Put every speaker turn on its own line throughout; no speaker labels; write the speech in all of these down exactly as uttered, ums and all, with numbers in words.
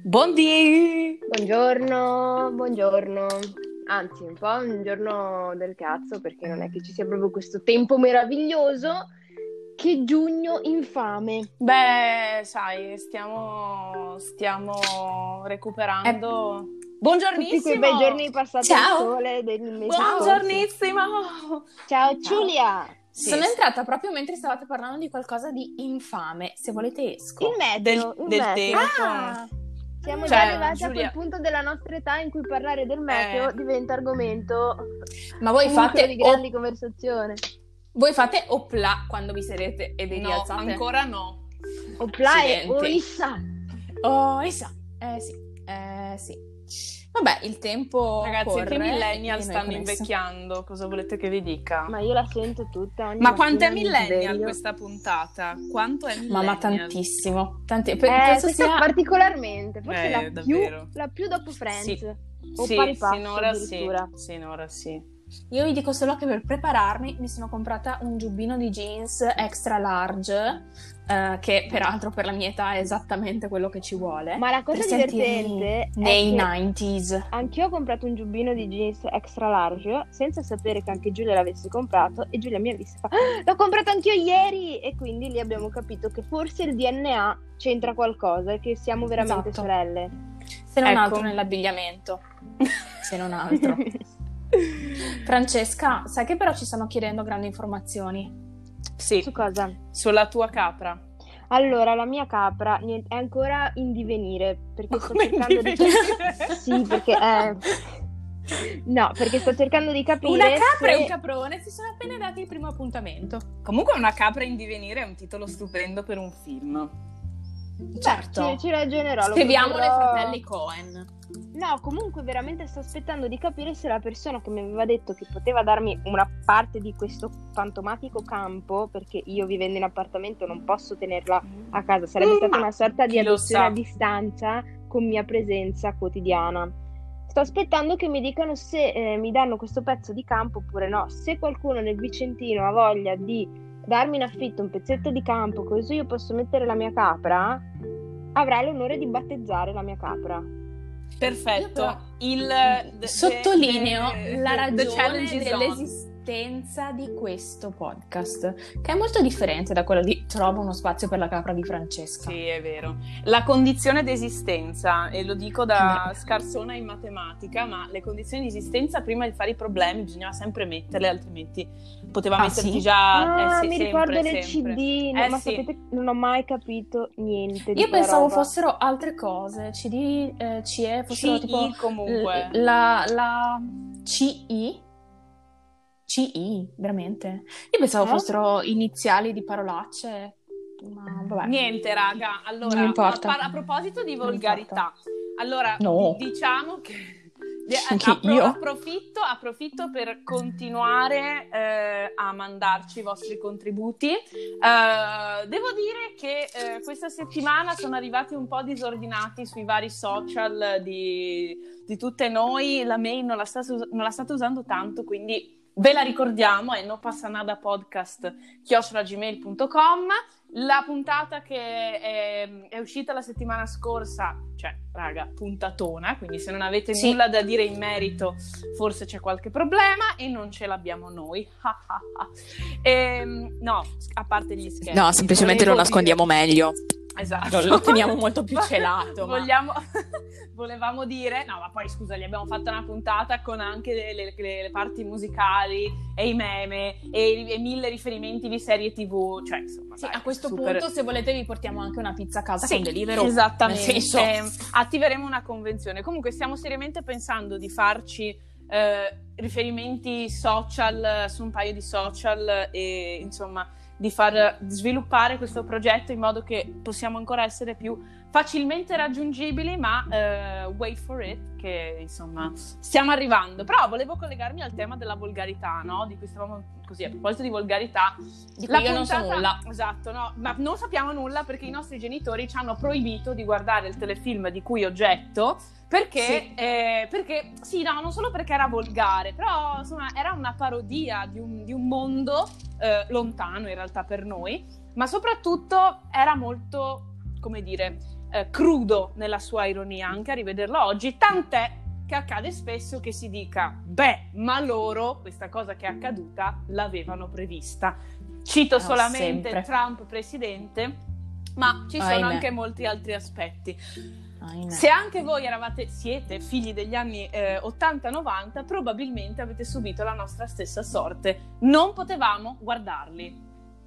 Buondì!
Buongiorno, buongiorno. Anzi, un po' un giorno del cazzo, perché non è che ci sia proprio questo tempo meraviglioso. Che giugno infame.
Beh, sai, stiamo, stiamo recuperando.
Tutti quei
Buongiornissimo!
bei giorni passati
Ciao.
al sole dei mesi scorsi.
Buongiornissimo!
Ciao Giulia!
Sono entrata proprio mentre stavate parlando di qualcosa di infame. Se volete esco.
Il meteo,
Del,
il
del
meteo.
tempo.
Ah,
Siamo
Cioè,
già arrivati a
Giulia-
quel punto della nostra età in cui parlare del meteo
Eh.
diventa argomento
ma voi
fulcro
fate
di grandi
o-
conversazioni.
voi fate opla quando vi sedete e vi
No,
rialzate?
ancora no.
Opla e
Accidenti.
Orissa.
Oh, esa. Eh sì, eh sì. Vabbè, il tempo
Ragazzi,
corre
anche i millennial
e noi
stanno
con esso.
invecchiando. Cosa volete che vi dica?
Ma io la sento tutta. ogni
Ma quanto è
mattina mi
millennial
sveglio.
questa puntata? Quanto è millennial?
Mamma, tantissimo. Tanti...
Eh,
Penso
questa
sia...
particolarmente, forse
Eh,
la, più,
davvero.
la più dopo Friends.
Sì.
O
Sì,
pari passo
sinora sì.
addirittura.
Sinora sì.
Io vi dico solo che per prepararmi mi sono comprata un giubbino di jeans extra large, eh, che peraltro per la mia età è esattamente quello che ci vuole.
Ma la cosa
per
divertente
sentirmi
è
nei
che
novanta.
anch'io ho comprato un giubbino di jeans extra large senza sapere che anche Giulia l'avesse comprato, e Giulia mi ha visto e fa: "Ah, l'ho comprato anch'io ieri", e quindi lì abbiamo capito che forse il D N A c'entra qualcosa e che siamo veramente
Esatto.
sorelle.
Se non
Ecco.
altro nell'abbigliamento. Se non altro. Francesca, sai che però ci stanno chiedendo grandi informazioni.
Sì,
Su cosa?
sulla tua capra.
Allora, la mia capra niente, è ancora in divenire, perché
Ma
sto
come
cercando di
divenire?
Sì, perché è... No, perché sto cercando di capire
Una capra
se...
e un caprone si sono appena dati il primo appuntamento.
Comunque una capra in divenire è un titolo stupendo per un film.
Certo.
Ci, ci ragionerò. lo
Scriviamole
proporrò-
fratelli Cohen.
No, comunque veramente sto aspettando di capire se la persona che mi aveva detto che poteva darmi una parte di questo fantomatico campo, perché io vivendo in appartamento non posso tenerla a casa, sarebbe stata una sorta di
chi lo
adozione
sa.
a distanza con mia presenza quotidiana. Sto aspettando che mi dicano se eh, mi danno questo pezzo di campo oppure no. Se qualcuno nel Vicentino ha voglia di darmi in affitto un pezzetto di campo così io posso mettere la mia capra, avrà l'onore di battezzare la mia capra.
Perfetto.
Io però
Il the-
Sottolineo
the-
la
the
ragione
challenge is on.
dell'esistenza di questo podcast, che è molto differente da quello di trovo uno spazio per la capra di Francesca.
Sì, è vero. La condizione d'esistenza, e lo dico da
Beh.
scarsona in matematica, ma le condizioni di esistenza prima di fare i problemi bisognava sempre metterle, altrimenti poteva
Ah,
metterti
sì?
già...
Ah,
eh, sì,
mi
sempre,
ricordo le
sempre.
C D, no,
Eh,
ma
sì.
sapete, non ho mai capito niente di
Io
quella
pensavo
roba.
fossero altre cose, C D, eh, C E, fossero
C I
tipo
comunque.
l- la, la C I? C I, veramente? Io pensavo
Eh?
fossero iniziali di parolacce, ma vabbè.
Niente, raga. Allora,
Non importa.
a, par- a proposito di
Non
volgarità, allora
No.
di- diciamo che
Anche
appro-
io?
approfitto, approfitto per continuare eh, a mandarci i vostri contributi. Eh, devo dire che eh, questa settimana sono arrivati un po' disordinati sui vari social di, di tutte noi. La mail non la, sta, non la state usando tanto, quindi ve la ricordiamo, è no passa nada podcast chiocciola gmail punto com. La puntata che è, è uscita la settimana scorsa, cioè, raga, puntatona, quindi se non avete
Sì.
nulla da dire in merito, forse c'è qualche problema e non ce l'abbiamo noi. Ehm, no, a parte gli scherzi.
No, semplicemente lo
volevo
nascondiamo meglio.
dire- Esatto.
Lo teniamo molto più celato, ma-
Vogliamo... Volevamo dire, no, ma poi scusa, gli abbiamo fatto una puntata con anche le, le- le- le parti musicali e i meme e, e mille riferimenti di serie tivù, cioè insomma,
Sì,
dai,
a questo
super-
punto, se volete, vi portiamo anche una pizza a casa
Sì,
con Deliveroo.
esattamente.
Nel senso,
Eh, attiveremo una convenzione. Comunque stiamo seriamente pensando di farci eh, riferimenti social su un paio di social e insomma di far sviluppare questo progetto in modo che possiamo ancora essere più facilmente raggiungibili, ma eh, wait for it, che insomma stiamo arrivando. Però volevo collegarmi al tema della volgarità, no? Di cui stavamo così, a proposito di volgarità.
di cui io non so nulla.
Esatto, no, ma non sappiamo nulla perché i nostri genitori ci hanno proibito di guardare il telefilm di cui oggetto, perché,
Sì.
eh, perché sì, no, non solo perché era volgare, però insomma era una parodia di un, di un mondo eh, lontano in realtà per noi, ma soprattutto era molto, come dire, eh, crudo nella sua ironia anche a rivederlo oggi, tant'è che accade spesso che si dica beh, ma loro questa cosa che è accaduta l'avevano prevista. Cito
No,
solamente
sempre.
Trump presidente, ma ci sono
Ahimè.
anche molti altri aspetti.
Ahimè.
Se anche voi eravate, siete figli degli anni eh, ottanta novanta, probabilmente avete subito la nostra stessa sorte. Non potevamo guardarli.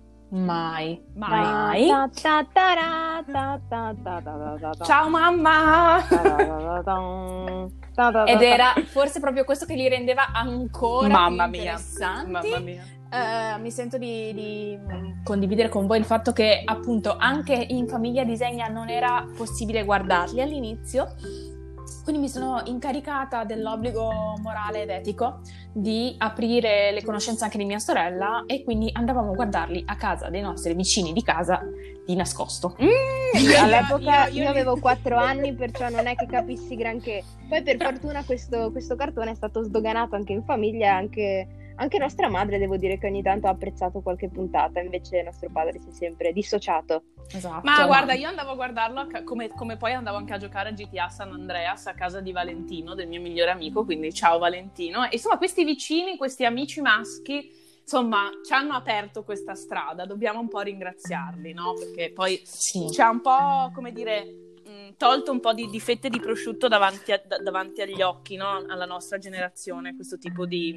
Mai,
Mai.
mai.
Ta ta ta ra, ta ta ta ta ta ta ta.
Ciao mamma!
Ta ta ta ta ta. Ta ta ta
Ed
ta.
era forse proprio questo che li rendeva ancora
Mamma
più
mia,
interessanti.
mamma mia.
Eh, mi sento di, di condividere con voi il fatto che appunto anche in famiglia disegna non era possibile guardarli all'inizio, quindi mi sono incaricata dell'obbligo morale ed etico di aprire le conoscenze anche di mia sorella, e quindi andavamo a guardarli a casa dei nostri vicini di casa di nascosto.
Mm,
All'epoca
io- io-
io avevo quattro anni, perciò non è che capissi granché. Poi per fortuna questo, questo cartone è stato sdoganato anche in famiglia, anche, anche nostra madre devo dire che ogni tanto ha apprezzato qualche puntata, invece nostro padre si è sempre dissociato.
Esatto.
Ma guarda, io andavo a guardarlo a ca- come, come poi andavo anche a giocare a G T A San Andreas a casa di Valentino, del mio migliore amico, quindi ciao Valentino. E insomma questi vicini, questi amici maschi, insomma ci hanno aperto questa strada, dobbiamo un po' ringraziarli, no? Perché poi
Sì.
ci ha un po', come dire, mh, tolto un po' di, di fette di prosciutto davanti, a- da- davanti agli occhi, no? Alla nostra generazione, questo tipo di,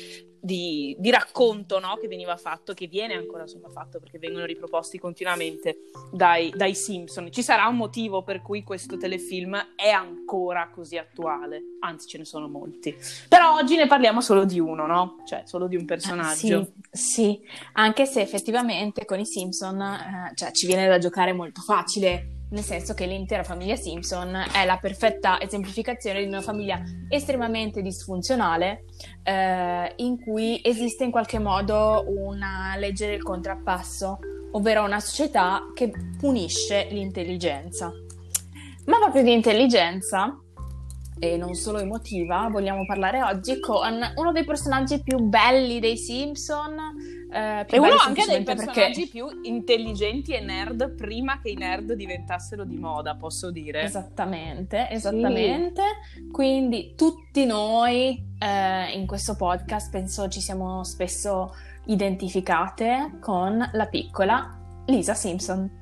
di, di racconto, no? Che veniva fatto, che viene ancora insomma fatto, perché vengono riproposti continuamente dai, dai Simpson. Ci sarà un motivo per cui questo telefilm è ancora così attuale, anzi ce ne sono molti. Però oggi ne parliamo solo di uno, no? Cioè solo di un personaggio.
Sì, sì, anche se effettivamente con i Simpson eh, cioè, ci viene da giocare molto facile, nel senso che l'intera famiglia Simpson è la perfetta esemplificazione di una famiglia estremamente disfunzionale, eh, in cui esiste in qualche modo una legge del contrappasso, ovvero una società che punisce l'intelligenza. Ma proprio di intelligenza, e non solo emotiva, vogliamo parlare oggi con uno dei personaggi più belli dei Simpson, eh, più
E uno
belli
anche dei
semplicemente
personaggi
perché...
più intelligenti e nerd prima che i nerd diventassero di moda, posso dire.
Esattamente, esattamente. Quindi tutti noi eh, in questo podcast penso ci siamo spesso identificate con la piccola Lisa Simpson.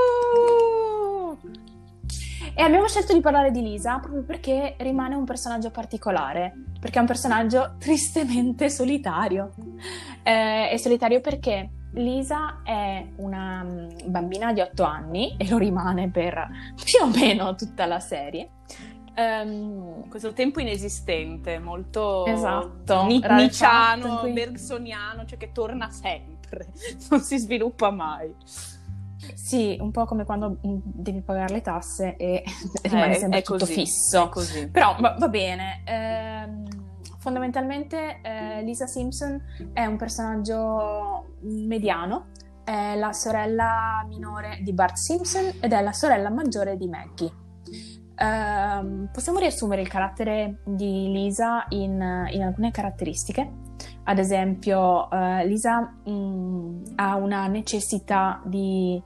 Wow!
E abbiamo scelto di parlare di Lisa proprio perché rimane un personaggio particolare, perché è un personaggio tristemente solitario. Eh, è solitario perché Lisa è una mm, bambina di otto anni e lo rimane per più o meno tutta la serie. Ehm,
Questo tempo inesistente, molto
Esatto,
ni-
rarefatto,
nicciano,
in cui-
bergsoniano, cioè che torna sempre, non si sviluppa mai.
sì, un po' come quando mm, devi pagare le tasse e rimane
Eh,
sempre
è
tutto
così,
fisso.
è così.
Però va, va bene. Ehm, fondamentalmente eh, Lisa Simpson è un personaggio mediano, è la sorella minore di Bart Simpson ed è la sorella maggiore di Maggie. Ehm, possiamo riassumere il carattere di Lisa in, in alcune caratteristiche. Ad esempio, eh, Lisa mh, ha una necessità di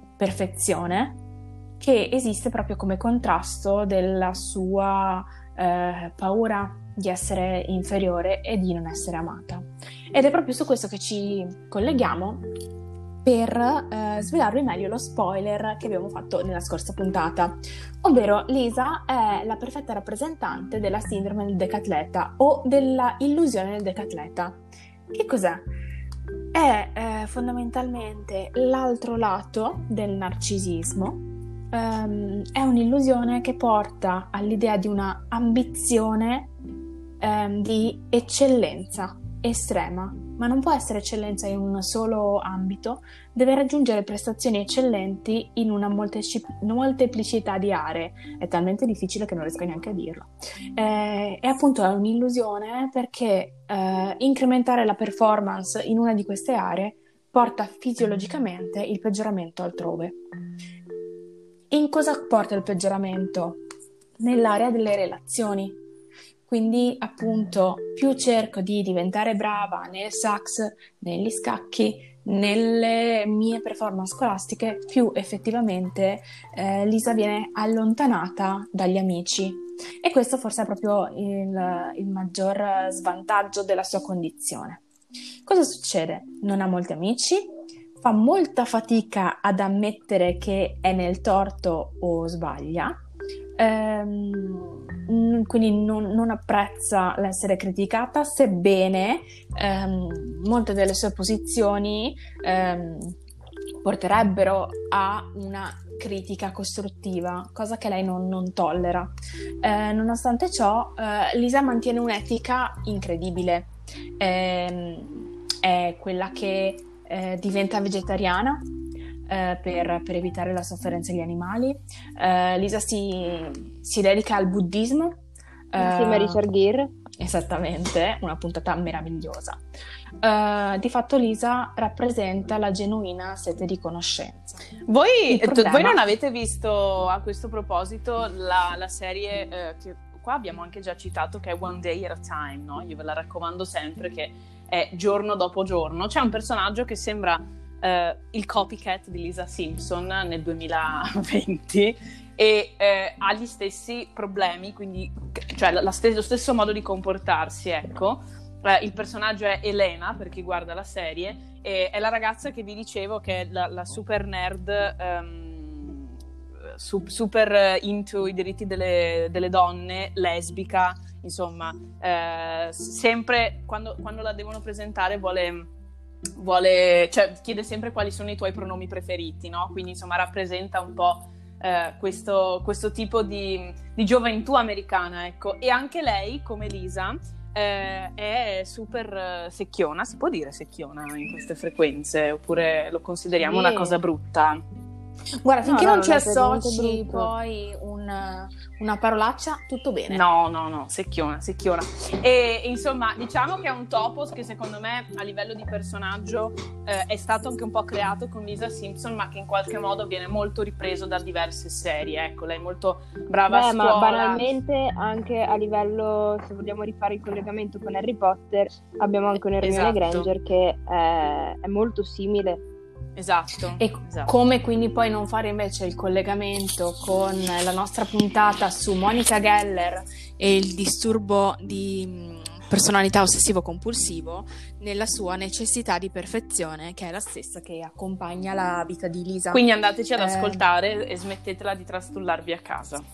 perfezione che esiste proprio come contrasto della sua eh, paura di essere inferiore e di non essere amata. Ed è proprio su questo che ci colleghiamo per eh, svelarvi meglio lo spoiler che abbiamo fatto nella scorsa puntata, ovvero Lisa è la perfetta rappresentante della sindrome del decatleta o della illusione del decatleta. Che cos'è? È eh, fondamentalmente l'altro lato del narcisismo. Um, è un'illusione che porta all'idea di una ambizione um, di eccellenza estrema, ma non può essere eccellenza in un solo ambito, deve raggiungere prestazioni eccellenti in una molteci- molteplicità di aree. È talmente difficile che non riesco neanche a dirlo. Eh, e appunto è un'illusione perché eh, incrementare la performance in una di queste aree porta fisiologicamente il peggioramento altrove. In cosa porta il peggioramento? Nell'area delle relazioni. Quindi appunto più cerco di diventare brava nel sax, negli scacchi, nelle mie performance scolastiche, più effettivamente eh, Lisa viene allontanata dagli amici. E questo forse è proprio il, il maggior svantaggio della sua condizione. Cosa succede? Non ha molti amici, fa molta fatica ad ammettere che è nel torto o sbaglia, ehm, quindi non, non apprezza l'essere criticata, sebbene ehm, molte delle sue posizioni ehm, porterebbero a una critica costruttiva, cosa che lei non, non tollera. Eh, nonostante ciò, eh, Lisa mantiene un'etica incredibile. Eh, è quella che eh, diventa vegetariana eh, per, per evitare la sofferenza degli animali. Eh, Lisa si, si dedica al buddismo.
Insieme a Richard Gere.
Esattamente, una puntata meravigliosa. Uh, di fatto Lisa rappresenta la genuina sete di conoscenza.
Voi,
problema...
voi non avete visto, a questo proposito, la, la serie eh, che qua abbiamo anche già citato, che è One Day at a Time, no? Io ve la raccomando sempre, che è giorno dopo giorno. C'è un personaggio che sembra eh, il copycat di Lisa Simpson nel duemilaventi e eh, ha gli stessi problemi, quindi cioè la, la st- lo stesso modo di comportarsi, ecco. Eh, il personaggio è Elena, per chi guarda la serie, e è la ragazza che vi dicevo che è la, la super nerd, um, su, super into i diritti delle, delle donne, lesbica, insomma, eh, sempre quando, quando la devono presentare vuole, vuole, cioè chiede sempre quali sono i tuoi pronomi preferiti, no? Quindi insomma rappresenta un po' eh, questo, questo tipo di, di gioventù americana, ecco. E anche lei, come Lisa, Eh, è super eh, secchiona, si può dire secchiona in queste frequenze, oppure lo consideriamo
Sì.
una cosa brutta?
Guarda, finché
no,
non
no,
ci
non è per niente
associ
brutto.
poi un, una parolaccia, tutto bene.
No, no, no, secchiona, secchiona. E insomma, diciamo che è un topos che secondo me a livello di personaggio eh, è stato anche un po' creato con Lisa Simpson, ma che in qualche modo viene molto ripreso da diverse serie. Ecco, lei è molto brava
Beh,
a
ma
scuola.
banalmente anche a livello, se vogliamo rifare il collegamento con Harry Potter, abbiamo anche un'Hermione
Esatto.
Granger che è, è molto simile.
Esatto.
E
esatto.
come quindi poi non fare invece il collegamento con la nostra puntata su Monica Geller e il disturbo di mh, personalità ossessivo-compulsivo nella sua necessità di perfezione, che è la stessa che accompagna la vita di Lisa.
Quindi andateci ad
Eh,
ascoltare e smettetela di trastullarvi a casa.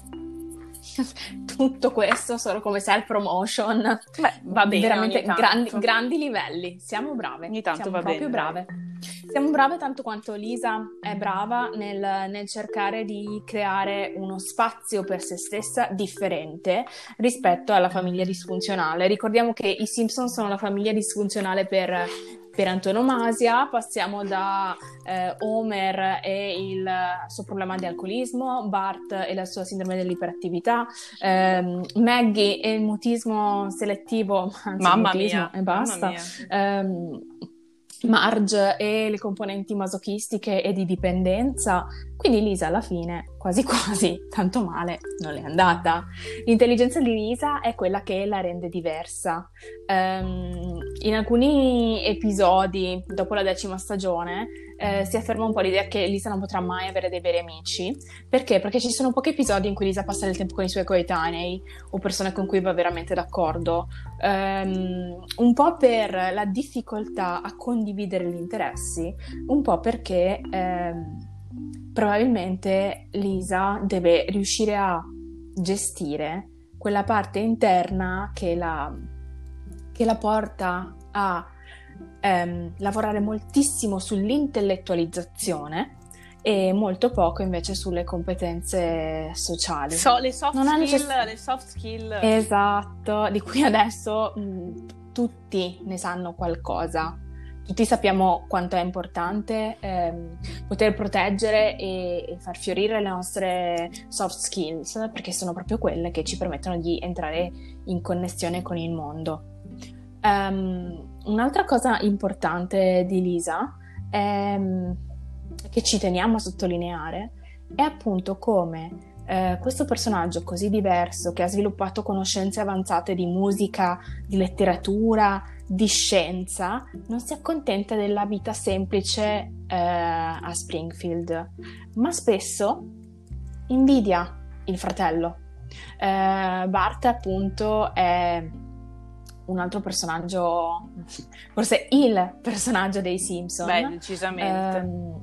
tutto questo solo come self promotion.
Beh, va bene,
veramente
ogni tanto.
grandi, grandi livelli. Siamo brave,
Ogni tanto
siamo
va
proprio
bene,
brave. Siamo brave tanto quanto Lisa è brava nel, nel cercare di creare uno spazio per se stessa differente rispetto alla famiglia disfunzionale. Ricordiamo che i Simpson sono la famiglia disfunzionale per, per antonomasia. Passiamo da eh, Homer e il suo problema di alcolismo, Bart e la sua sindrome dell'iperattività, ehm, Maggie e il mutismo selettivo, anzi
Mamma
mutismo
mia,
e basta.
mamma mia.
Ehm, Marge e le componenti masochistiche e di dipendenza. Quindi Lisa alla fine quasi quasi tanto male non le è andata. L'intelligenza di Lisa è quella che la rende diversa. Um, in alcuni episodi dopo la decima stagione eh, si afferma un po' l'idea che Lisa non potrà mai avere dei veri amici. Perché? Perché ci sono pochi episodi in cui Lisa passa del tempo con i suoi coetanei o persone con cui va veramente d'accordo, um, un po' per la difficoltà a condividere gli interessi, un po' perché ehm, probabilmente Lisa deve riuscire a gestire quella parte interna che la, che la porta a ehm, lavorare moltissimo sull'intellettualizzazione e molto poco invece sulle competenze sociali.
So, le soft
Non ha
skill,
necess-
le soft skill.
Esatto, di cui adesso mh, tutti ne sanno qualcosa. Tutti sappiamo quanto è importante ehm, poter proteggere e, e far fiorire le nostre soft skills, perché sono proprio quelle che ci permettono di entrare in connessione con il mondo. Um, un'altra cosa importante di Lisa è, che ci teniamo a sottolineare è appunto come eh, questo personaggio così diverso, che ha sviluppato conoscenze avanzate di musica, di letteratura, di scienza, non si accontenta della vita semplice eh, a Springfield, ma spesso invidia il fratello. Eh, Bart appunto è un altro personaggio, forse il personaggio dei Simpson.
Beh, decisamente.
Eh,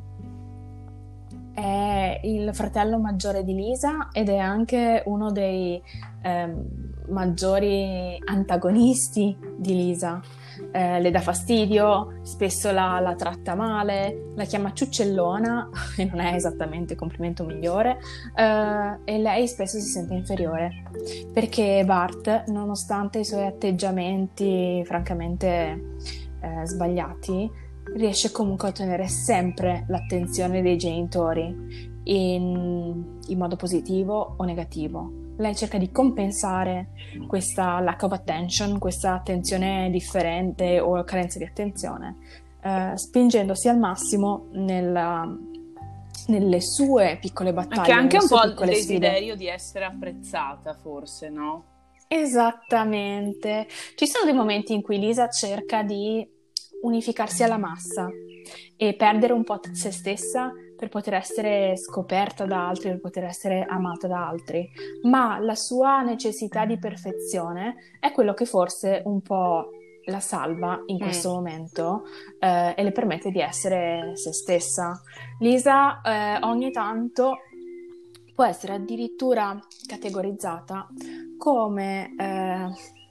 è il fratello maggiore di Lisa ed è anche uno dei eh, maggiori antagonisti di Lisa. Eh, le dà fastidio, spesso la, la tratta male, la chiama ciuccellona e non è esattamente il complimento migliore, eh, e lei spesso si sente inferiore perché Bart, nonostante i suoi atteggiamenti francamente eh, sbagliati, riesce comunque a ottenere sempre l'attenzione dei genitori in, in modo positivo o negativo. Lei cerca di compensare questa lack of attention, questa attenzione differente o carenza di attenzione, eh, spingendosi al massimo nella, nelle sue piccole battaglie.
Anche, anche un po' il
sfide.
desiderio di essere apprezzata, forse, no?
Esattamente. Ci sono dei momenti in cui Lisa cerca di unificarsi alla massa e perdere un po' se stessa per poter essere scoperta da altri, per poter essere amata da altri, ma la sua necessità di perfezione è quello che forse un po' la salva in questo mm. momento eh, e le permette di essere se stessa. Lisa eh, ogni tanto può essere addirittura categorizzata come eh,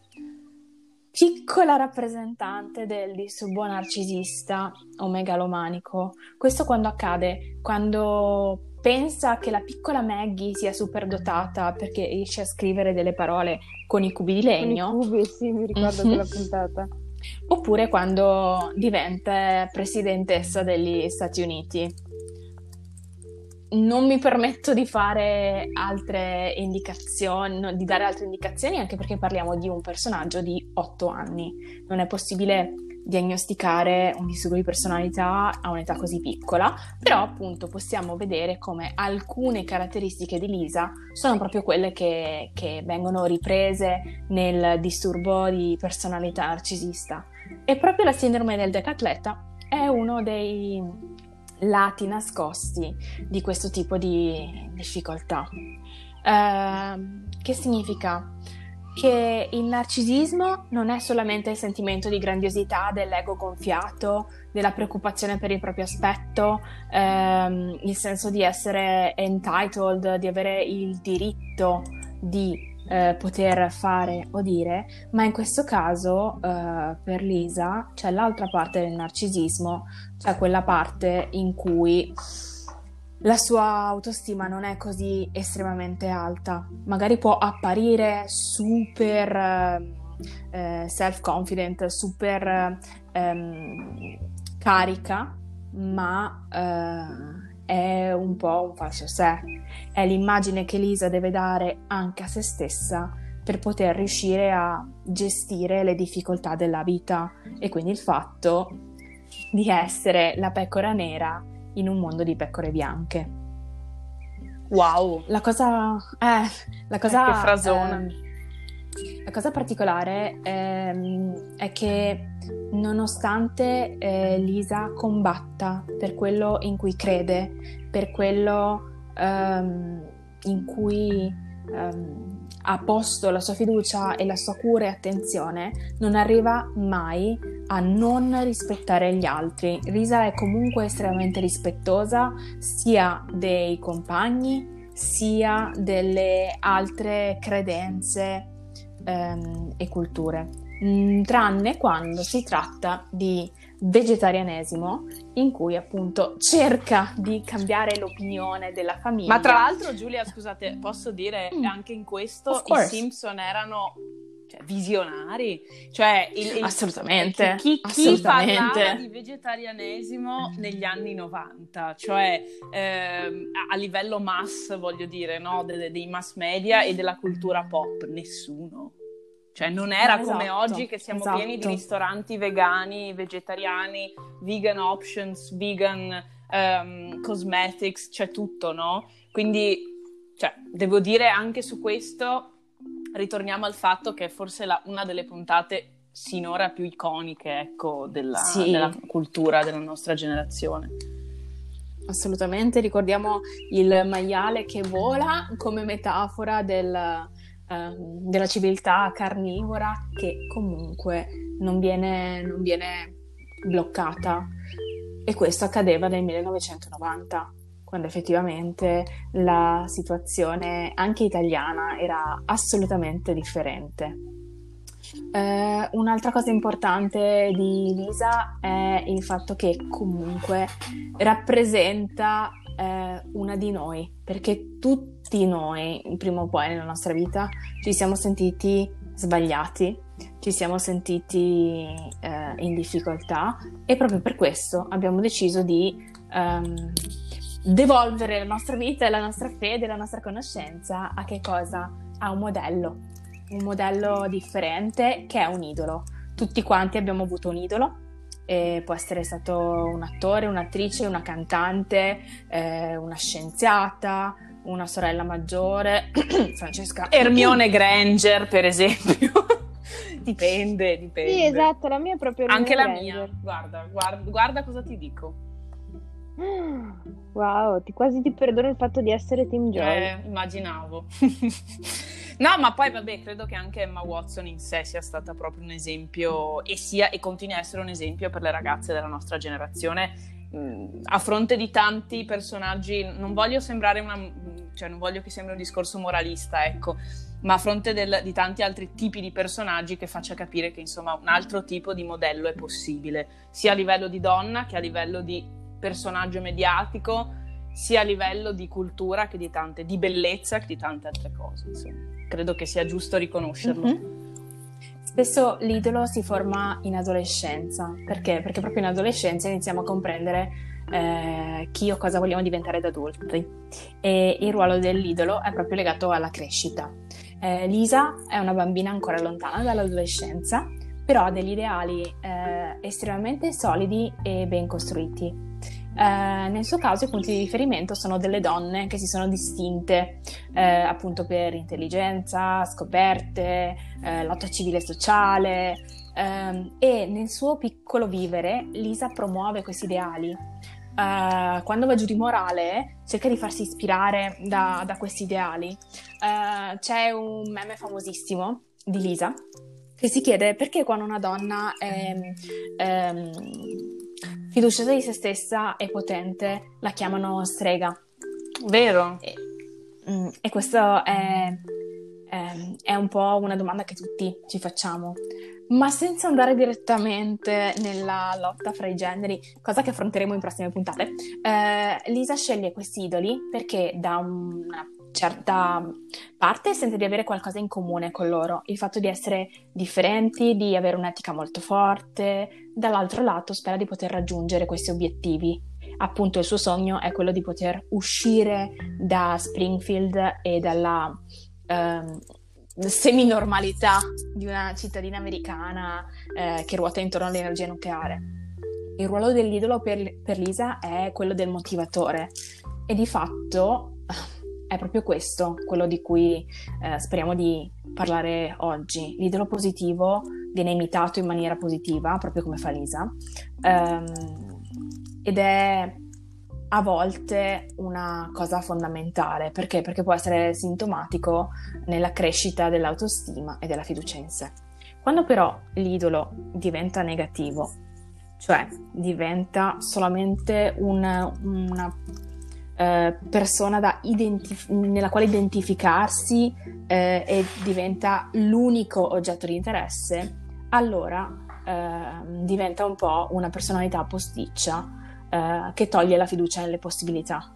piccola rappresentante del disturbo narcisista o megalomanico. Questo quando accade? Quando pensa che la piccola Maggie sia superdotata perché riesce a scrivere delle parole con i cubi di legno.
Con i cubi, sì, mi ricordo
Mm-hmm.
quella puntata.
Oppure quando diventa presidentessa degli Stati Uniti. Non mi permetto di fare altre indicazioni, no, di dare altre indicazioni, anche perché parliamo di un personaggio di otto anni. Non è possibile diagnosticare un disturbo di personalità a un'età così piccola, però appunto possiamo vedere come alcune caratteristiche di Lisa sono proprio quelle che, che vengono riprese nel disturbo di personalità narcisista. E proprio la sindrome del decatleta è uno dei lati nascosti di questo tipo di difficoltà. Eh, che significa? Che il narcisismo non è solamente il sentimento di grandiosità, dell'ego gonfiato, della preoccupazione per il proprio aspetto, ehm, il senso di essere entitled, di avere il diritto di eh, poter fare o dire, ma in questo caso eh, per Lisa c'è l'altra parte del narcisismo, cioè quella parte in cui la sua autostima non è così estremamente alta, magari può apparire super eh, self-confident, super ehm, carica, ma eh, è un po' un falso sé. È l'immagine che Lisa deve dare anche a se stessa per poter riuscire a gestire le difficoltà della vita e quindi il fatto di essere la pecora nera in un mondo di pecore bianche.
Wow!
La cosa... Eh, la cosa...
Eh, che frasona!
Eh, la cosa particolare ehm, è che nonostante eh, Lisa combatta per quello in cui crede, per quello ehm, in cui ehm, ha posto la sua fiducia e la sua cura e attenzione, non arriva mai a non rispettare gli altri. Lisa è comunque estremamente rispettosa sia dei compagni sia delle altre credenze ehm, e culture, mm, tranne quando si tratta di vegetarianesimo, in cui appunto cerca di cambiare l'opinione della famiglia.
Ma tra l'altro, Giulia, scusate, posso dire
mm.
anche in questo i Simpson erano cioè, visionari, cioè il, il,
assolutamente
chi, chi
assolutamente.
parlava di vegetarianesimo negli anni novanta, cioè ehm, a livello mass, voglio dire, no, de, dei mass media e della cultura pop, nessuno. Cioè non era
esatto,
come oggi che siamo
esatto.
pieni di ristoranti vegani, vegetariani, vegan options, vegan um, cosmetics, c'è tutto, no? Quindi cioè, devo dire anche su questo, ritorniamo al fatto che è forse la, una delle puntate sinora più iconiche, ecco, della,
Sì.
della cultura della nostra generazione.
Assolutamente, ricordiamo il maiale che vola come metafora del, eh, della civiltà carnivora che comunque non viene, non viene bloccata, e questo accadeva nel millenovecentonovanta, quando effettivamente la situazione anche italiana era assolutamente differente. Eh, un'altra cosa importante di Lisa è il fatto che comunque rappresenta eh, una di noi, perché tutti noi, prima o poi nella nostra vita, ci siamo sentiti sbagliati, ci siamo sentiti eh, in difficoltà, e proprio per questo abbiamo deciso di um, devolvere la nostra vita, la nostra fede, la nostra conoscenza a che cosa? A un modello. Un modello differente che è un idolo. Tutti quanti abbiamo avuto un idolo, e può essere stato un attore, un'attrice, una cantante, eh, una scienziata, una sorella maggiore, Francesca
Hermione Granger, per esempio. dipende, dipende.
Sì, esatto, la mia è proprio Hermione
Anche la
Granger.
mia, guarda, guarda, guarda cosa ti dico.
Wow, ti quasi ti perdono il fatto di essere Team Joy.
Eh, immaginavo. No, ma poi vabbè, credo che anche Emma Watson in sé sia stata proprio un esempio, e sia e continua a essere un esempio per le ragazze della nostra generazione, mh, a fronte di tanti personaggi. Non voglio sembrare una, cioè non voglio che sembri un discorso moralista, ecco, ma a fronte del, di tanti altri tipi di personaggi, che faccia capire che insomma un altro tipo di modello è possibile, sia a livello di donna che a livello di personaggio mediatico, sia a livello di cultura che di tante, di bellezza che di tante altre cose, insomma. Credo che sia giusto riconoscerlo.
Mm-hmm. Spesso l'idolo si forma in adolescenza. Perché? Perché proprio in adolescenza iniziamo a comprendere eh, chi o cosa vogliamo diventare da adulti, e il ruolo dell'idolo è proprio legato alla crescita. Eh, Lisa è una bambina ancora lontana dall'adolescenza, però ha degli ideali eh, estremamente solidi e ben costruiti. Eh, nel suo caso i punti di riferimento sono delle donne che si sono distinte eh, appunto per intelligenza, scoperte, eh, lotta civile e sociale, ehm, e nel suo piccolo vivere Lisa promuove questi ideali. Eh, quando va giù di morale cerca di farsi ispirare da, da questi ideali. Eh, c'è un meme famosissimo di Lisa che si chiede perché quando una donna è ehm, fiduciosa di se stessa e potente la chiamano strega.
Vero?
E, mm, e questo è, è, è un po' una domanda che tutti ci facciamo, ma senza andare direttamente nella lotta fra i generi, cosa che affronteremo in prossime puntate. eh, Lisa sceglie questi idoli perché da una certa parte sente di avere qualcosa in comune con loro, il fatto di essere differenti, di avere un'etica molto forte. Dall'altro lato spera di poter raggiungere questi obiettivi. Appunto il suo sogno è quello di poter uscire da Springfield e dalla ehm, semi-normalità di una cittadina americana eh, che ruota intorno all'energia nucleare. Il ruolo dell'idolo per, per Lisa è quello del motivatore, e di fatto è proprio questo quello di cui eh, speriamo di parlare oggi. L'idolo positivo viene imitato in maniera positiva, proprio come fa Lisa, ehm, ed è a volte una cosa fondamentale. Perché? Perché può essere sintomatico nella crescita dell'autostima e della fiducia in sé. Quando però l'idolo diventa negativo, cioè diventa solamente una, una eh, persona da identif- nella quale identificarsi eh, e diventa l'unico oggetto di interesse, allora eh, diventa un po' una personalità posticcia eh, che toglie la fiducia nelle possibilità.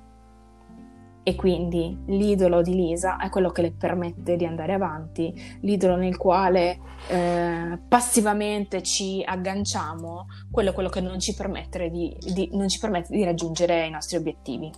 E quindi l'idolo di Lisa è quello che le permette di andare avanti, l'idolo nel quale eh, passivamente ci agganciamo, quello, quello che non ci, permette di, di, non ci permette di raggiungere i nostri obiettivi.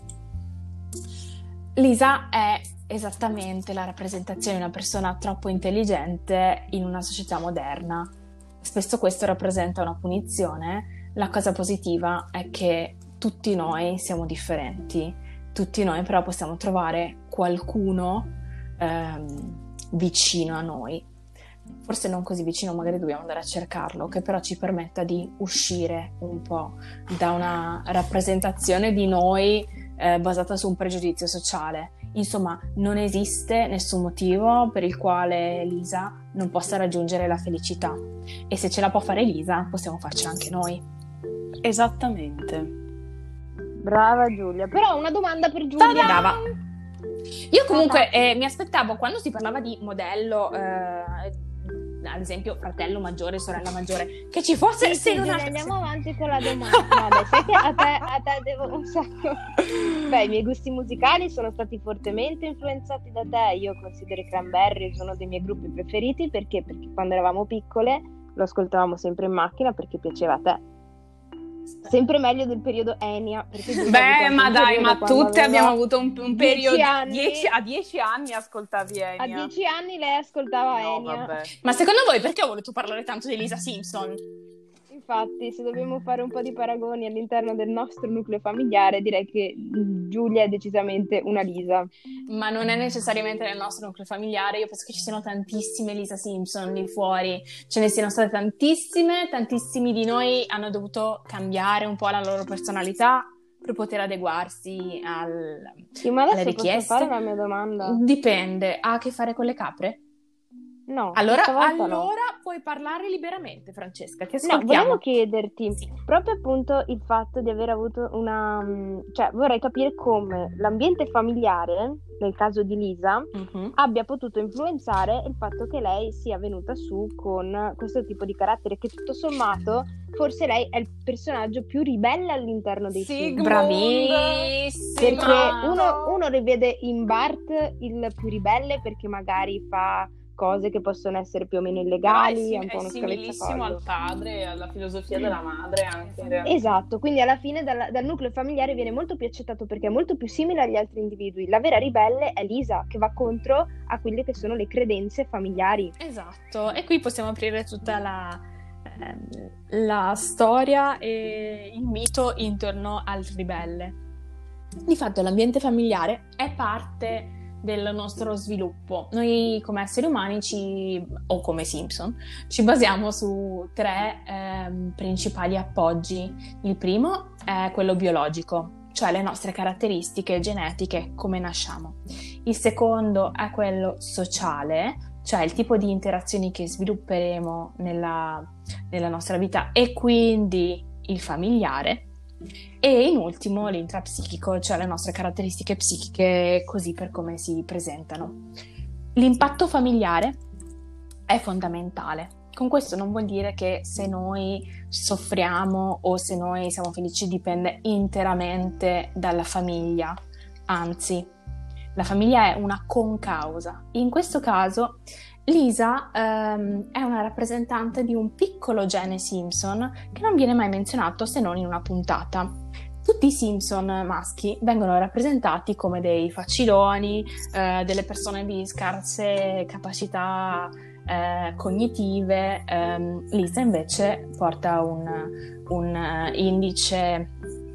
Lisa è esattamente la rappresentazione di una persona troppo intelligente in una società moderna. Spesso questo rappresenta una punizione. La cosa positiva è che tutti noi siamo differenti. tutti noi però possiamo trovare qualcuno ehm, vicino a noi, forse non così vicino, magari dobbiamo andare a cercarlo, che però ci permetta di uscire un po' da una rappresentazione di noi eh, basata su un pregiudizio sociale. Insomma, non esiste nessun motivo per il quale Lisa non possa raggiungere la felicità, e se ce la può fare Lisa possiamo farcela anche noi.
Esattamente.
Brava Giulia. Però una domanda per Giulia.
Brava. Io comunque eh, mi aspettavo, quando si parlava di modello, eh, ad esempio fratello maggiore, sorella maggiore, che ci fosse...
Sì, sì,
una...
Giulia, andiamo avanti con la domanda. No, dai, sai che a te, a te devo un sacco... Beh, i miei gusti musicali sono stati fortemente influenzati da te. Io considero i Cranberries uno dei miei gruppi preferiti. Perché? Perché quando eravamo piccole lo ascoltavamo sempre in macchina perché piaceva a te. Sempre meglio del periodo Enya.
Beh, ma dai, ma tutte abbiamo avuto un, un periodo
anni,
dieci, a dieci anni ascoltavi Enya.
A dieci anni lei ascoltava
no,
Enya.
Vabbè.
Ma secondo voi perché ho voluto parlare tanto di Lisa Simpson?
Infatti, se dobbiamo fare un po' di paragoni all'interno del nostro nucleo familiare, direi che Giulia è decisamente una Lisa.
Ma non è necessariamente nel nostro nucleo familiare. Io penso che ci siano tantissime Lisa Simpson lì fuori, ce ne siano state tantissime, tantissimi di noi hanno dovuto cambiare un po' la loro personalità per poter adeguarsi al,
sì, ma adesso
alle richieste.
Posso fare la mia domanda?
Dipende, ha a che fare con le capre?
No,
allora, allora
no.
puoi parlare liberamente, Francesca, ti
no,
ascoltiamo.
volevo chiederti
sì.
proprio appunto il fatto di aver avuto una, cioè vorrei capire come l'ambiente familiare, nel caso di Lisa, uh-huh. abbia potuto influenzare il fatto che lei sia venuta su con questo tipo di carattere, che tutto sommato forse lei è il personaggio più ribelle all'interno dei
sì,
film.
Bravissima!
Perché uno, uno rivede in Bart il più ribelle perché magari fa cose che possono essere più o meno illegali,
sim-
è un po' uno
è similissimo al padre, alla filosofia mm. della madre anche in realtà.
Esatto, quindi alla fine dal, dal nucleo familiare viene molto più accettato perché è molto più simile agli altri individui. La vera ribelle è Lisa, che va contro a quelle che sono le credenze familiari.
Esatto, e qui possiamo aprire tutta la, eh, la storia e il mito intorno al ribelle. Di fatto l'ambiente familiare è parte del nostro sviluppo. Noi come esseri umani ci, o come Simpson ci basiamo su tre eh, principali appoggi. Il primo è quello biologico, cioè le nostre caratteristiche genetiche, come nasciamo. Il secondo è quello sociale, cioè il tipo di interazioni che svilupperemo nella, nella nostra vita, e quindi il familiare. E in ultimo l'intrapsichico, cioè le nostre caratteristiche psichiche così per come si presentano. L'impatto familiare è fondamentale. Con questo non vuol dire che se noi soffriamo o se noi siamo felici dipende interamente dalla famiglia, anzi la famiglia è una concausa. In questo caso Lisa ehm, è una rappresentante di un piccolo gene Simpson che non viene mai menzionato se non in una puntata. Tutti i Simpson maschi vengono rappresentati come dei faciloni, eh, delle persone di scarse capacità eh, cognitive. Eh, Lisa invece porta un, un indice,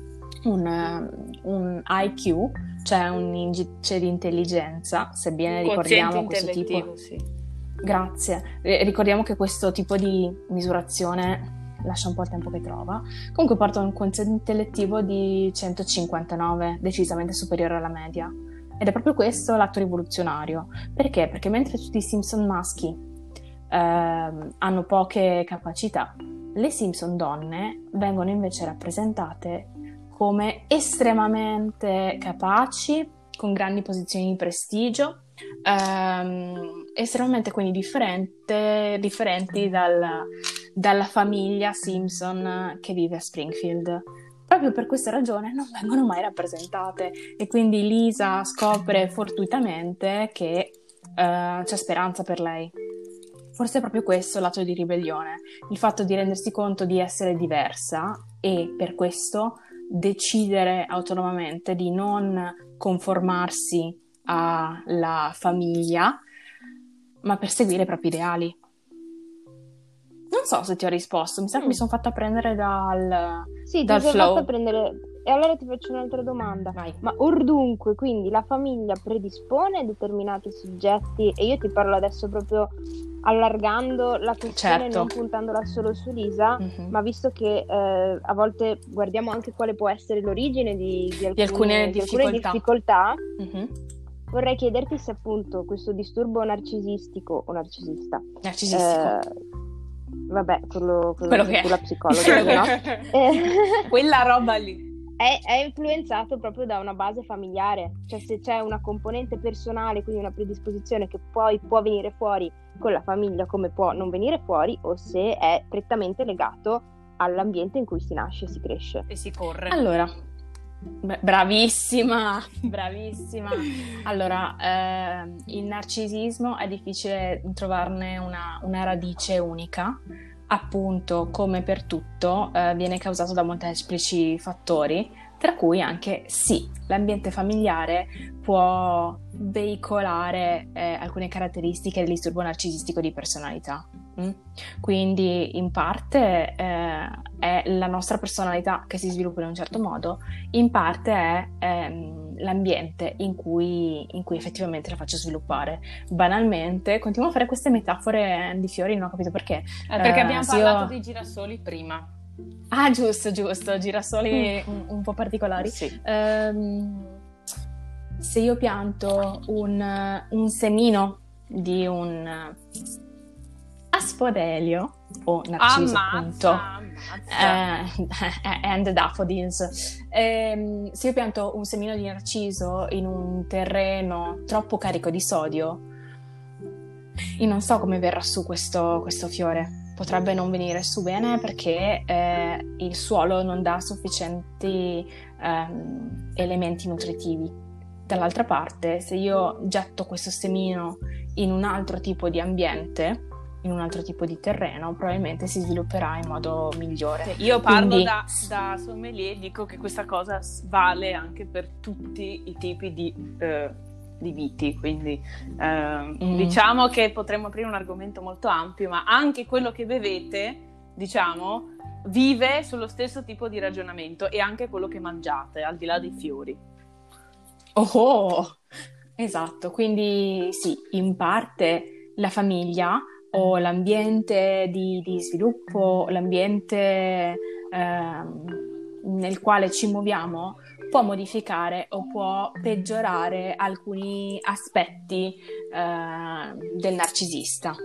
un, un I Q, cioè un indice di intelligenza, sebbene ricordiamo questo tipo...
Sì.
Grazie. Ricordiamo che questo tipo di misurazione lascia un po' il tempo che trova. Comunque porta un quoziente intellettivo di centocinquantanove, decisamente superiore alla media. Ed è proprio questo l'atto rivoluzionario. Perché? Perché mentre tutti i Simpson maschi eh, hanno poche capacità, le Simpson donne vengono invece rappresentate come estremamente capaci, con grandi posizioni di prestigio, ehm, estremamente quindi differente, differenti dal, dalla famiglia Simpson che vive a Springfield. Proprio per questa ragione non vengono mai rappresentate, e quindi Lisa scopre fortuitamente che eh, c'è speranza per lei. Forse è proprio questo l'atto di ribellione, il fatto di rendersi conto di essere diversa e per questo decidere autonomamente di non conformarsi alla famiglia, ma perseguire i propri ideali. Non so se ti ho risposto, mi sa che mi sono fatta prendere dal
Sì,
dal
ti sei
flow.
fatta prendere E allora ti faccio un'altra domanda.
Vai.
Ma ordunque, quindi la famiglia predispone determinati soggetti, e io ti parlo adesso proprio allargando la questione,
Certo.
non puntandola solo su Lisa,
Mhm.
ma visto che eh, a volte guardiamo anche quale può essere l'origine di, di alcune,
alcune
di alcune
difficoltà.
difficoltà,
Mhm.
vorrei chiederti se appunto questo disturbo narcisistico o narcisista,
Narcisistico.
eh, vabbè, quello, quello,
Quello
che
che è.
tu la psicologa, no? Eh,
Quella roba lì.
È, è influenzato proprio da una base familiare, cioè se c'è una componente personale, quindi una predisposizione che poi può venire fuori con la famiglia come può non venire fuori, o se è prettamente legato all'ambiente in cui si nasce e si cresce.
E si corre.
Allora, beh, bravissima, bravissima. Allora, eh, il narcisismo è difficile trovarne una, una radice unica. Appunto, come per tutto, eh, viene causato da molteplici fattori, tra cui anche sì, l'ambiente familiare può veicolare eh, alcune caratteristiche del disturbo narcisistico di personalità. Mm? Quindi in parte eh, è la nostra personalità che si sviluppa in un certo modo, in parte è ehm, l'ambiente in cui, in cui effettivamente la faccio sviluppare. Banalmente, continuo a fare queste metafore di fiori, non ho capito perché.
Eh, perché
Eh,
abbiamo
se
parlato
io-
dei girasoli prima.
Ah, giusto, giusto, girasoli un, un po' particolari.
Sì.
Ehm, se io pianto un, un semino di un aspodelio o narciso, appunto,
Ammazza, ammazza.
eh, and daffodils. Ehm, se io pianto un semino di narciso in un terreno troppo carico di sodio, io non so come verrà su questo, questo fiore. Potrebbe non venire su bene perché eh, il suolo non dà sufficienti ehm, elementi nutritivi. Dall'altra parte, se io getto questo semino in un altro tipo di ambiente, in un altro tipo di terreno, probabilmente si svilupperà in modo migliore.
Io parlo
Quindi-
da, da sommelier, dico che questa cosa s- vale anche per tutti i tipi di, eh, di viti, quindi eh, diciamo che potremmo aprire un argomento molto ampio, ma anche quello che bevete, diciamo, vive sullo stesso tipo di ragionamento, e anche quello che mangiate, al di là dei fiori.
Oh, oh! Esatto, quindi sì, in parte la famiglia o l'ambiente di, di sviluppo, l'ambiente ehm, nel quale ci muoviamo può modificare o può peggiorare alcuni aspetti eh, del narcisista.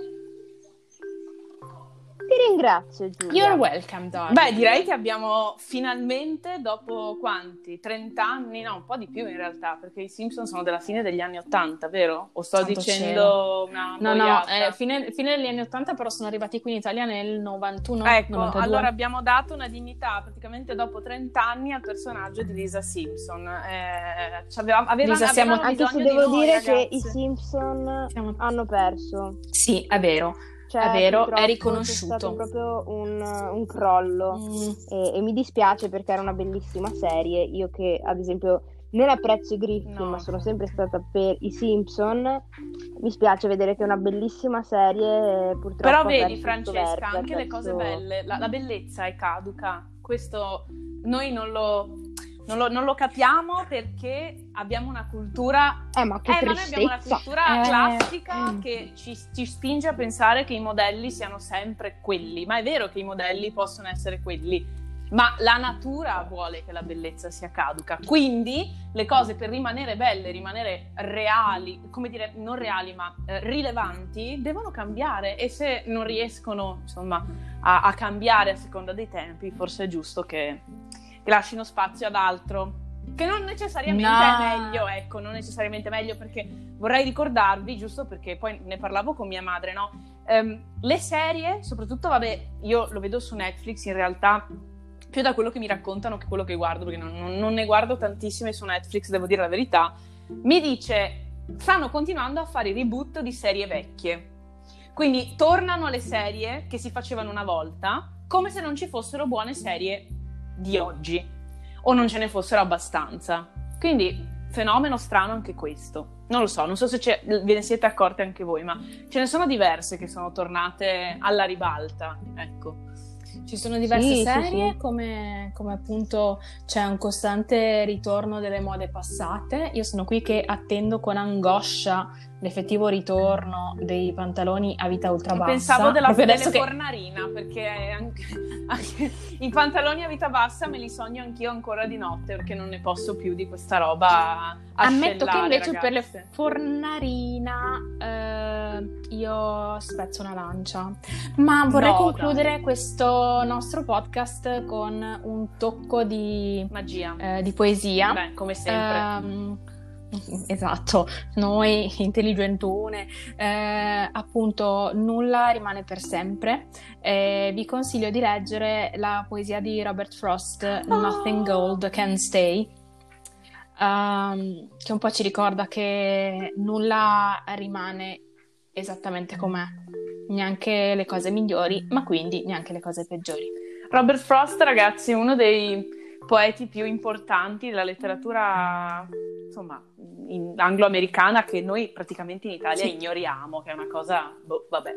Ti ringrazio, Giulia.
You're welcome, darling.
Beh, direi che abbiamo finalmente, dopo quanti? trenta anni? No, un po' di più in realtà, perché i Simpson sono della fine degli anni ottanta, vero? O sto
Santo
dicendo
cielo.
una
No, no,
boiata?
eh, fine, fine degli anni ottanta, però sono arrivati qui in Italia nel novantuno,
Ecco,
novantadue.
allora abbiamo dato una dignità praticamente dopo trenta anni al personaggio di Lisa Simpson. Eh, ci aveva, aveva,
Lisa, siamo-
avevano
Anche se
bisogno
devo
di noi,
dire che
ragazzi.
i Simpson
Siamo-
hanno perso.
Sì, è vero.
Cioè,
È vero,
purtroppo
è riconosciuto.
C'è stato proprio un, un crollo.
Mm.
E, e mi dispiace perché era una bellissima serie. Io che ad esempio non apprezzo i Griffin,
No.
ma sono sempre stata per i Simpson, mi spiace vedere che è una bellissima serie, purtroppo
Però
ha
vedi,
perso il
Francesca,
suo verve,
anche
ha
le cose
perso-
belle, la, la bellezza è caduca. Questo noi non lo, non lo, non lo capiamo perché abbiamo una cultura...
Eh, ma che
Eh, ma noi abbiamo una
tristezza!
cultura
Eh,
classica
mm.
che ci, ci spinge a pensare che i modelli siano sempre quelli. Ma è vero che i modelli possono essere quelli, ma la natura vuole che la bellezza sia caduca. Quindi le cose, per rimanere belle, rimanere reali, come dire, non reali ma eh, rilevanti, devono cambiare, e se non riescono, insomma, a, a cambiare a seconda dei tempi, forse è giusto che, che lasciano spazio ad altro, che non necessariamente
No.
è meglio, ecco, non necessariamente meglio, perché vorrei ricordarvi, giusto perché poi ne parlavo con mia madre, no? Ehm, le serie, soprattutto, vabbè, io lo vedo su Netflix in realtà, più da quello che mi raccontano che quello che guardo, perché non, non- non ne guardo tantissime su Netflix, devo dire la verità, mi dice, stanno continuando a fare i reboot di serie vecchie. Quindi tornano alle serie che si facevano una volta, come se non ci fossero buone serie di oggi, o non ce ne fossero abbastanza. Quindi, fenomeno strano anche questo. Non lo so, non so se ce- ve ne siete accorti anche voi, ma ce ne sono diverse che sono tornate alla ribalta, ecco.
Ci sono diverse
Sì, sì,
serie,
sì.
Come, come appunto c'è un costante ritorno delle mode passate. Io sono qui che attendo con angoscia l'effettivo ritorno dei pantaloni a vita ultra bassa.
Pensavo della,
proprio
delle
adesso che...
fornarina, perché anche, anche i pantaloni a vita bassa me li sogno anch'io ancora di notte, perché non ne posso più di questa roba
Ammetto che invece
ragazze.
per le fornarina eh, io spezzo una lancia, ma vorrei
No,
concludere
dai.
questo nostro podcast con un tocco di
Magia.
eh, di poesia.
Beh, come sempre.
Ehm, esatto, noi intelligentone, eh, appunto nulla rimane per sempre. Eh, vi consiglio di leggere la poesia di Robert Frost, Nothing Gold Can Stay, um, che un po' ci ricorda che nulla rimane esattamente com'è, neanche le cose migliori, ma quindi neanche le cose peggiori.
Robert Frost, ragazzi, uno dei poeti più importanti della letteratura, insomma, in- anglo-americana, che noi praticamente in Italia
Sì.
ignoriamo, che è una cosa, boh, vabbè.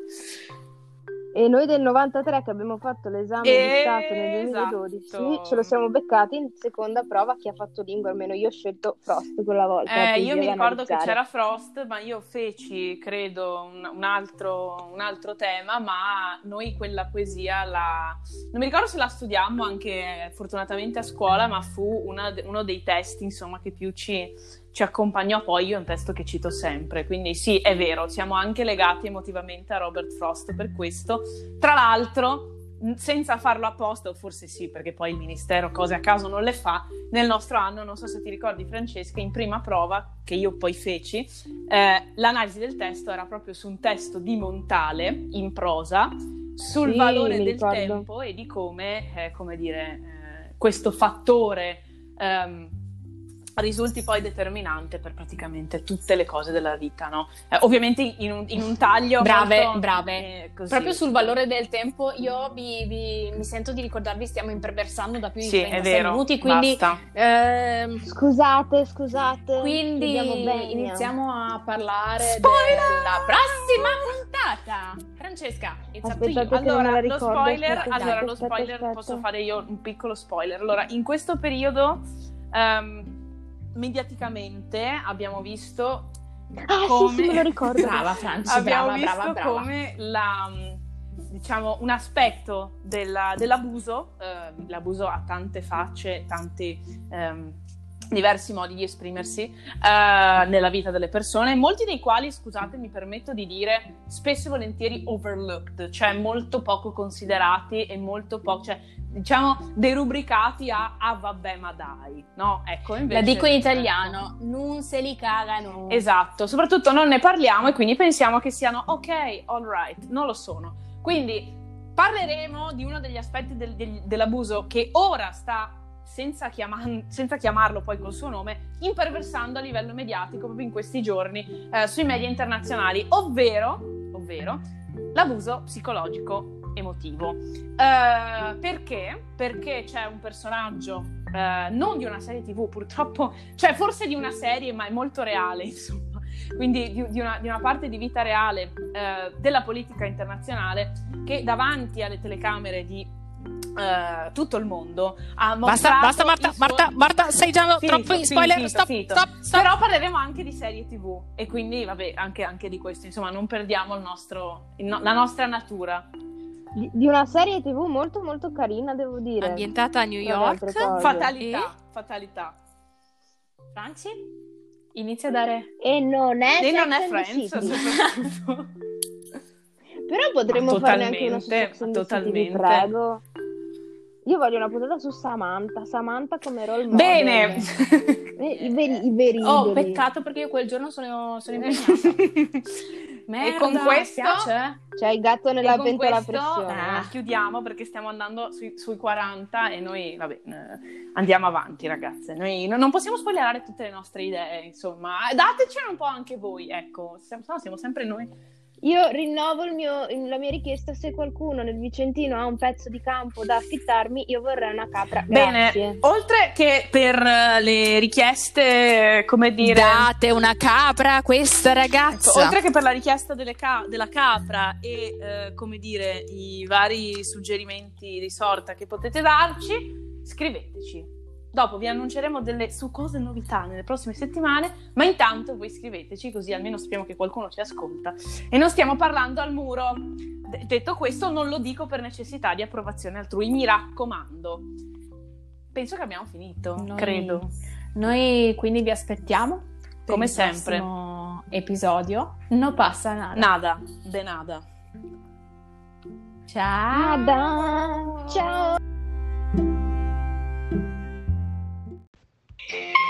E noi del novantatré che abbiamo fatto l'esame di Stato nel duemiladodici
Esatto.
ce lo siamo beccati in seconda prova. Chi ha fatto lingua, almeno io ho scelto Frost quella volta. la
Eh,
poesia
io mi
da
ricordo che
analizzare.
c'era Frost, ma io feci, credo, un, un altro, un altro tema, ma noi quella poesia la... non mi ricordo se la studiammo anche fortunatamente a scuola, ma fu una de- uno dei testi, insomma, che più ci, ci accompagnò. Poi io è un testo che cito sempre, quindi sì, è vero, siamo anche legati emotivamente a Robert Frost per questo. Tra l'altro, senza farlo apposta, o forse sì, perché poi il ministero cose a caso non le fa, nel nostro anno, non so se ti ricordi Francesca, in prima prova, che io poi feci, eh, l'analisi del testo era proprio su un testo di Montale, in prosa, sul
Sì,
valore
mi
del
ricordo.
tempo e di come, eh, come dire, eh, questo fattore ehm, risulti poi determinante per praticamente tutte le cose della vita, no? Eh, ovviamente in un, in un taglio
Brave,
molto,
brave.
eh, così.
Proprio sul valore del tempo io vi, vi- mi sento di ricordarvi, stiamo imperversando da più di
Sì, è
trentasei
vero,
minuti, quindi
basta.
ehm,
Scusate, scusate.
quindi
chiediamo venia.
iniziamo a parlare
Spoiler!
della prossima puntata. Francesca, it's up to you.
Aspettate che non me
Allora,
la
lo
ricordo.
spoiler,
aspetta,
allora,
aspetta,
lo
aspetta,
spoiler,
aspetta.
posso fare io un piccolo spoiler. Allora, in questo periodo, ehm, mediaticamente, abbiamo visto
Ah,
come...
sì, sì, me lo ricordo.
Brava Franci,
abbiamo
brava,
visto
brava, brava.
come la, diciamo, un aspetto della- dell'abuso, eh, l'abuso ha tante facce, tanti ehm, diversi modi di esprimersi eh, nella vita delle persone, molti dei quali, scusate, mi permetto di dire, spesso e volentieri overlooked, cioè molto poco considerati e molto poco, cioè diciamo derubricati a ah vabbè ma dai, no? Ecco, invece
La dico in italiano, non se li cagano.
Esatto, soprattutto non ne parliamo e quindi pensiamo che siano ok, all right, non lo sono. Quindi parleremo di uno degli aspetti del- del- dell'abuso che ora sta, senza, chiama- senza chiamarlo poi col suo nome, imperversando a livello mediatico proprio in questi giorni eh, sui media internazionali, ovvero, ovvero l'abuso psicologico emotivo. Eh, perché? Perché c'è un personaggio, eh, non di una serie tivù purtroppo, cioè forse di una serie ma è molto reale, insomma, quindi di, di, una, di una parte di vita reale eh, della politica internazionale, che davanti alle telecamere di eh, tutto il mondo ha
Basta,
mostrato
basta Marta,
i suoi-
Marta, Marta, stai già
Fitto,
troppo in
sì,
spoiler.
fitto,
Stop,
fitto.
stop, stop.
Però parleremo anche di serie tivù e quindi vabbè anche, anche di questo, insomma non perdiamo il nostro, il no- la nostra natura.
Di, di una serie tivù molto molto carina, devo dire.
Ambientata a New
Tra le altre
York.
cose.
Fatalità, fatalità.
Franci, inizia a dare...
E non è
E
Sex
non è
and the
Friends,
City.
soprattutto.
Però potremmo
Ma
farne anche una su
totalmente,
Sex and the City, vi
totalmente.
prego. Io voglio una puntata su Samantha, Samantha come role model.
Bene.
Eh, I veri, i veri
Oh,
idoli.
peccato perché io quel giorno sono, sono impegnata. Merda,
E con questo-
spiace?
C'è il gatto
E
nella
con
pentola a
questo
pressione.
eh, chiudiamo perché stiamo andando sui, sui quaranta e noi, vabbè, eh, andiamo avanti ragazze. Noi non non possiamo spoilerare tutte le nostre idee, insomma. Datecene un po' anche voi, ecco. Siamo, no, siamo sempre noi.
Io rinnovo il mio, la mia richiesta: se qualcuno nel Vicentino ha un pezzo di campo da affittarmi, io vorrei una capra.
Bene,
Grazie.
oltre che per eh, le richieste, come dire...
Date una capra a questa ragazza.
Ecco, oltre che per la richiesta delle ca- della capra e, eh, come dire, i vari suggerimenti di sorta che potete darci, scriveteci. Dopo vi annunceremo delle succose novità nelle prossime settimane, ma intanto voi scriveteci, così almeno sappiamo che qualcuno ci ascolta e non stiamo parlando al muro. D- detto questo, non lo dico per necessità di approvazione altrui, mi raccomando. Penso che abbiamo finito,
Noi-
credo.
Noi quindi vi aspettiamo per
Come
il
sempre.
prossimo episodio. Non passa nada.
Nada, de nada.
Ciao.
Nada. Ciao.